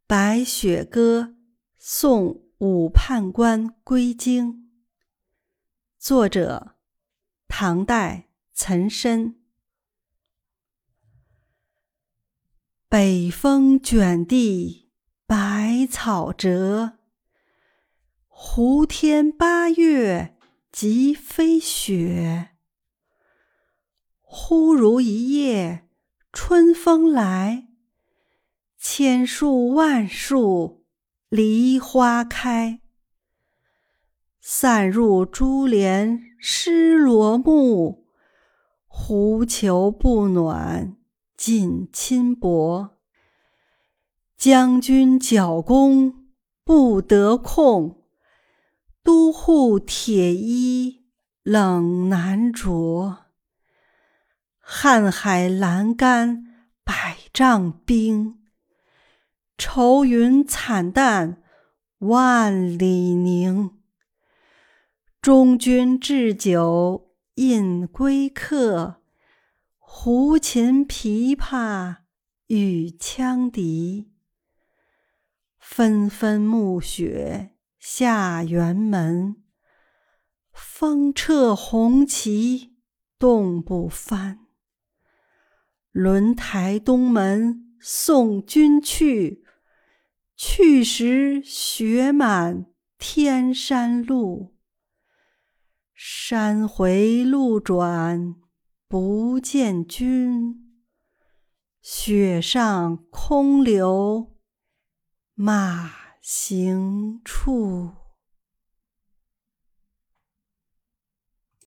白雪歌送武判官归京。作者：唐代岑参。北风卷地白草折，胡天八月即飞雪。忽如一夜春风来，千树万树梨花开。散入珠帘湿罗幕，狐裘不暖尽侵薄。将军角弓不得控，都护铁衣冷难着。瀚海阑干百丈冰，愁云惨淡万里凝。中军置酒饮归客，胡琴琵琶与羌笛。纷纷暮雪下辕门，风掣红旗动不翻。轮台东门送君去，去时雪满天山路。山回路转不见君，雪上空留马行处。